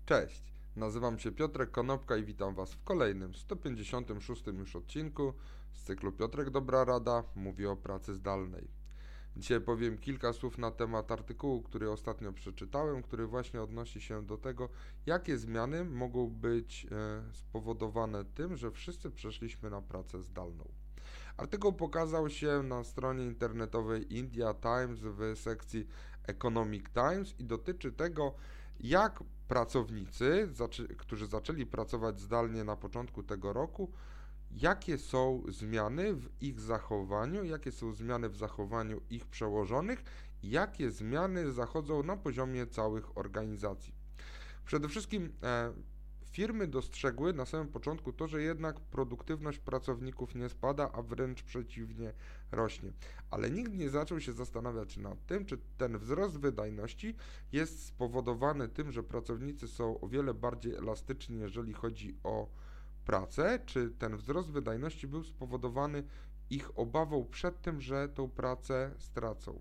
Cześć, nazywam się Piotrek Konopka i witam Was w kolejnym 156 już odcinku z cyklu Piotrek Dobra Rada mówi o pracy zdalnej. Dzisiaj powiem kilka słów na temat artykułu, który ostatnio przeczytałem, który właśnie odnosi się do tego, jakie zmiany mogą być spowodowane tym, że wszyscy przeszliśmy na pracę zdalną. Artykuł pokazał się na stronie internetowej India Times w sekcji Economic Times i dotyczy tego, jak pracownicy, którzy zaczęli pracować zdalnie na początku tego roku, jakie są zmiany w ich zachowaniu, jakie są zmiany w zachowaniu ich przełożonych i jakie zmiany zachodzą na poziomie całych organizacji. Przede wszystkim firmy dostrzegły na samym początku to, że jednak produktywność pracowników nie spada, a wręcz przeciwnie rośnie. Ale nikt nie zaczął się zastanawiać nad tym, czy ten wzrost wydajności jest spowodowany tym, że pracownicy są o wiele bardziej elastyczni, jeżeli chodzi o pracę, czy ten wzrost wydajności był spowodowany ich obawą przed tym, że tą pracę stracą.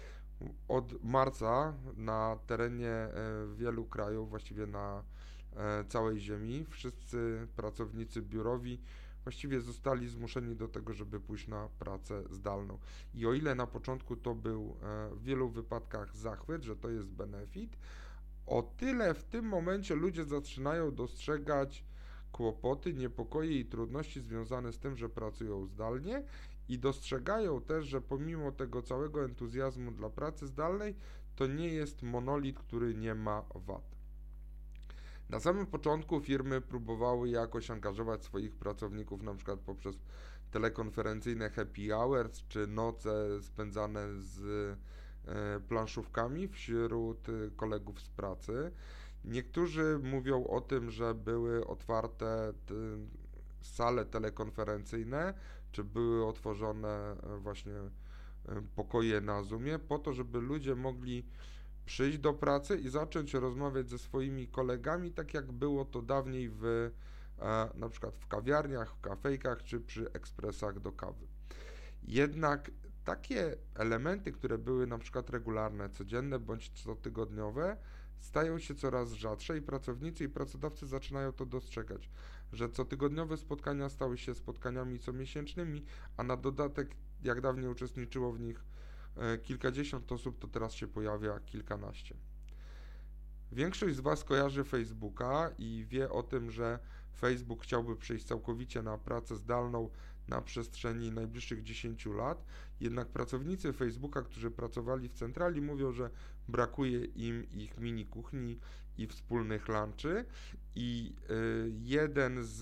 Od marca na terenie wielu krajów, właściwie na całej ziemi, wszyscy pracownicy biurowi właściwie zostali zmuszeni do tego, żeby pójść na pracę zdalną. I o ile na początku to był w wielu wypadkach zachwyt, że to jest benefit, o tyle w tym momencie ludzie zaczynają dostrzegać kłopoty, niepokoje i trudności związane z tym, że pracują zdalnie i dostrzegają też, że pomimo tego całego entuzjazmu dla pracy zdalnej, to nie jest monolit, który nie ma wad. Na samym początku firmy próbowały jakoś angażować swoich pracowników, na przykład poprzez telekonferencyjne happy hours czy noce spędzane z planszówkami wśród kolegów z pracy. Niektórzy mówią o tym, że były otwarte sale telekonferencyjne, czy były otworzone właśnie pokoje na Zoomie, po to, żeby ludzie mogli przyjść do pracy i zacząć rozmawiać ze swoimi kolegami, tak jak było to dawniej na przykład w kawiarniach, w kafejkach czy przy ekspresach do kawy. Jednak takie elementy, które były na przykład regularne, codzienne bądź cotygodniowe, stają się coraz rzadsze i pracownicy i pracodawcy zaczynają to dostrzegać, że cotygodniowe spotkania stały się spotkaniami comiesięcznymi, a na dodatek, jak dawniej uczestniczyło w nich kilkadziesiąt osób, to teraz się pojawia kilkanaście. Większość z Was kojarzy Facebooka i wie o tym, że Facebook chciałby przejść całkowicie na pracę zdalną na przestrzeni najbliższych 10 lat, jednak pracownicy Facebooka, którzy pracowali w centrali, mówią, że brakuje im ich mini kuchni i wspólnych lunchy i jeden z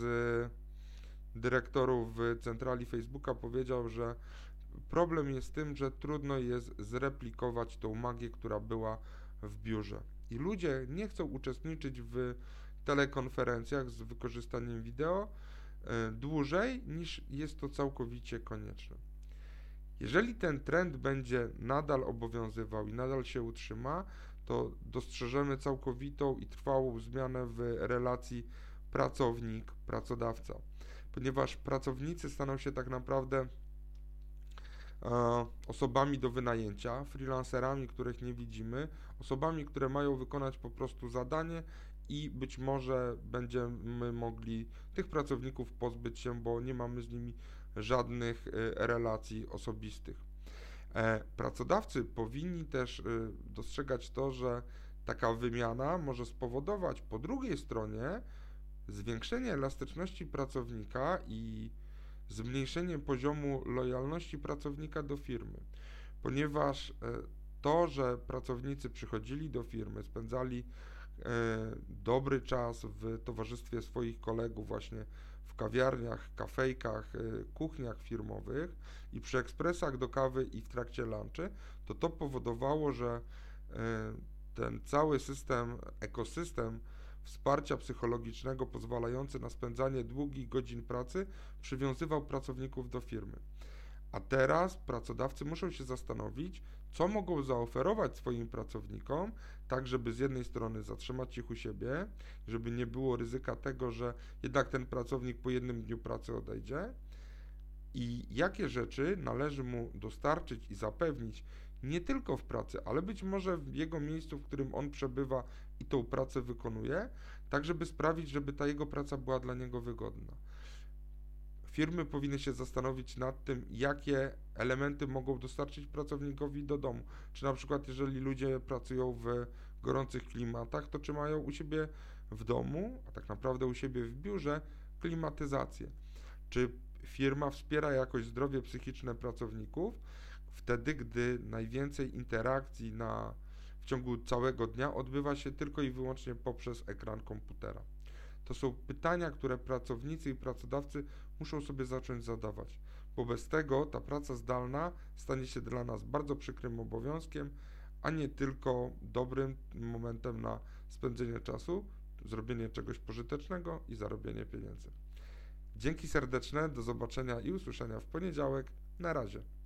dyrektorów w centrali Facebooka powiedział, że problem jest tym, że trudno jest zreplikować tą magię, która była w biurze. I ludzie nie chcą uczestniczyć w telekonferencjach z wykorzystaniem wideo dłużej niż jest to całkowicie konieczne. Jeżeli ten trend będzie nadal obowiązywał i nadal się utrzyma, to dostrzeżemy całkowitą i trwałą zmianę w relacji pracownik-pracodawca, ponieważ pracownicy staną się tak naprawdę osobami do wynajęcia, freelancerami, których nie widzimy, osobami, które mają wykonać po prostu zadanie i być może będziemy mogli tych pracowników pozbyć się, bo nie mamy z nimi żadnych relacji osobistych. Pracodawcy powinni też dostrzegać to, że taka wymiana może spowodować po drugiej stronie zwiększenie elastyczności pracownika i zmniejszenie poziomu lojalności pracownika do firmy, ponieważ to, że pracownicy przychodzili do firmy, spędzali dobry czas w towarzystwie swoich kolegów właśnie w kawiarniach, kafejkach, kuchniach firmowych i przy ekspresach do kawy i w trakcie lunchy, to powodowało, że ten cały ekosystem wsparcia psychologicznego pozwalający na spędzanie długich godzin pracy przywiązywał pracowników do firmy. A teraz pracodawcy muszą się zastanowić, co mogą zaoferować swoim pracownikom, tak żeby z jednej strony zatrzymać ich u siebie, żeby nie było ryzyka tego, że jednak ten pracownik po jednym dniu pracy odejdzie i jakie rzeczy należy mu dostarczyć i zapewnić nie tylko w pracy, ale być może w jego miejscu, w którym on przebywa i tą pracę wykonuje, tak żeby sprawić, żeby ta jego praca była dla niego wygodna. Firmy powinny się zastanowić nad tym, jakie elementy mogą dostarczyć pracownikowi do domu. Czy na przykład, jeżeli ludzie pracują w gorących klimatach, to czy mają u siebie w domu, a tak naprawdę u siebie w biurze, klimatyzację. Czy firma wspiera jakoś zdrowie psychiczne pracowników wtedy, gdy najwięcej interakcji w ciągu całego dnia odbywa się tylko i wyłącznie poprzez ekran komputera. To są pytania, które pracownicy i pracodawcy muszą sobie zacząć zadawać, bo bez tego ta praca zdalna stanie się dla nas bardzo przykrym obowiązkiem, a nie tylko dobrym momentem na spędzenie czasu, zrobienie czegoś pożytecznego i zarobienie pieniędzy. Dzięki serdeczne, do zobaczenia i usłyszenia w poniedziałek. Na razie.